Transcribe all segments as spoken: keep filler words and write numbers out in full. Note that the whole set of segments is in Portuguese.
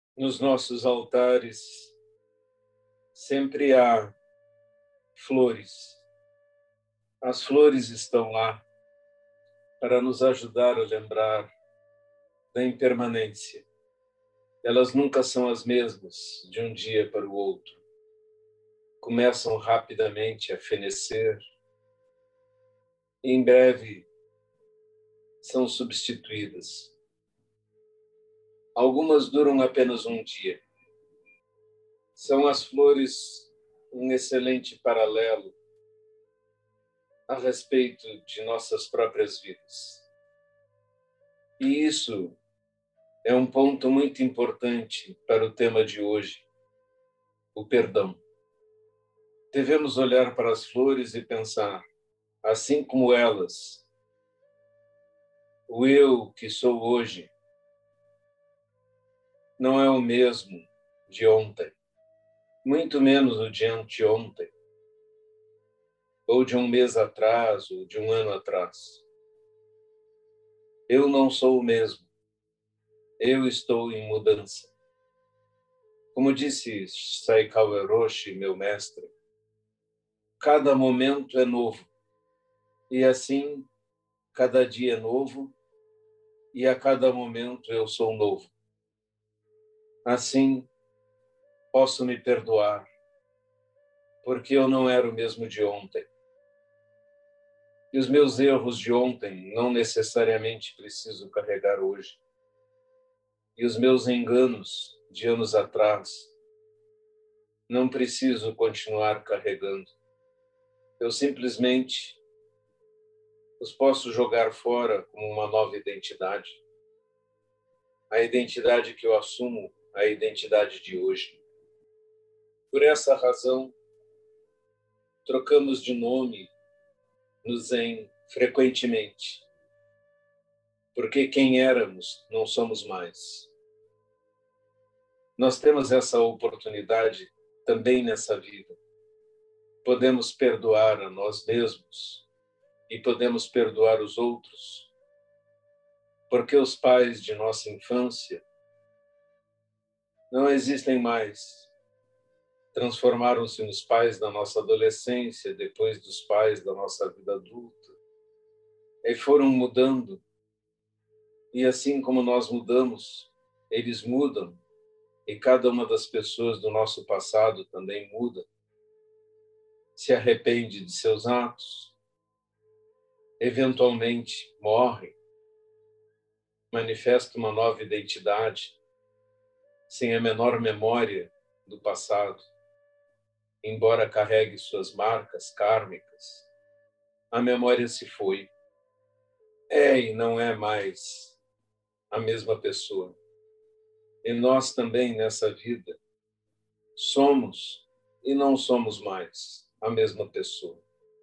Nos nossos altares sempre há flores. As flores estão lá para nos ajudar a lembrar da impermanência. Elas nunca são as mesmas de um dia para o outro. Começam rapidamente a fenecer e em breve são substituídas. Algumas duram apenas um dia. São as flores um excelente paralelo a respeito de nossas próprias vidas. E isso é um ponto muito importante para o tema de hoje, o perdão. Devemos olhar para as flores e pensar, assim como elas, o eu que sou hoje não é o mesmo de ontem, muito menos o de anteontem, ou de um mês atrás, ou de um ano atrás. Eu não sou o mesmo. Eu estou em mudança. Como disse Saikawa Roshi, meu mestre, cada momento é novo. E assim, cada dia é novo, e a cada momento eu sou novo. Assim, posso me perdoar, porque eu não era o mesmo de ontem. E os meus erros de ontem não necessariamente preciso carregar hoje. E os meus enganos de anos atrás não preciso continuar carregando. Eu simplesmente os posso jogar fora como uma nova identidade. A identidade que eu assumo, a identidade de hoje. Por essa razão, trocamos de nome no Zen frequentemente. Porque quem éramos não somos mais. Nós temos essa oportunidade também nessa vida. Podemos perdoar a nós mesmos e podemos perdoar os outros, porque os pais de nossa infância não existem mais. Transformaram-se nos pais da nossa adolescência, depois dos pais da nossa vida adulta, e foram mudando. E assim como nós mudamos, eles mudam, e cada uma das pessoas do nosso passado também muda, se arrepende de seus atos, eventualmente morre, manifesta uma nova identidade, sem a menor memória do passado, embora carregue suas marcas kármicas, a memória se foi. É e não é mais a mesma pessoa. E nós também, nessa vida, somos e não somos mais a mesma pessoa.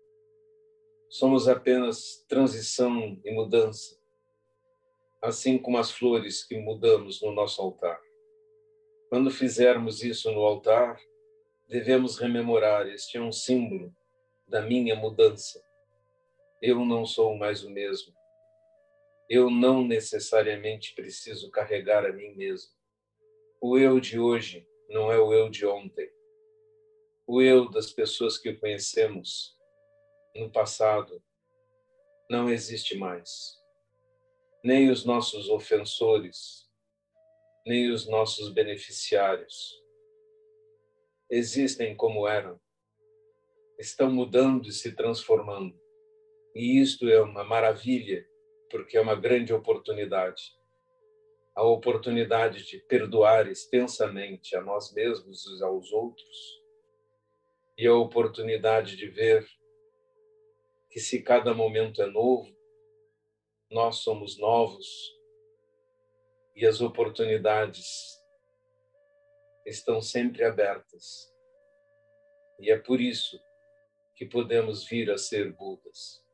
Somos apenas transição e mudança, assim como as flores que mudamos no nosso altar. Quando fizermos isso no altar, devemos rememorar, este é um símbolo da minha mudança. Eu não sou mais o mesmo. Eu não necessariamente preciso carregar a mim mesmo. O eu de hoje não é o eu de ontem. O eu das pessoas que conhecemos no passado não existe mais. Nem os nossos ofensores, nem os nossos beneficiários existem como eram. Estão mudando e se transformando. E isto é uma maravilha, porque é uma grande oportunidade. A oportunidade de perdoar extensamente a nós mesmos e aos outros. E a oportunidade de ver que se cada momento é novo, nós somos novos e as oportunidades estão sempre abertas. E é por isso que podemos vir a ser Budas.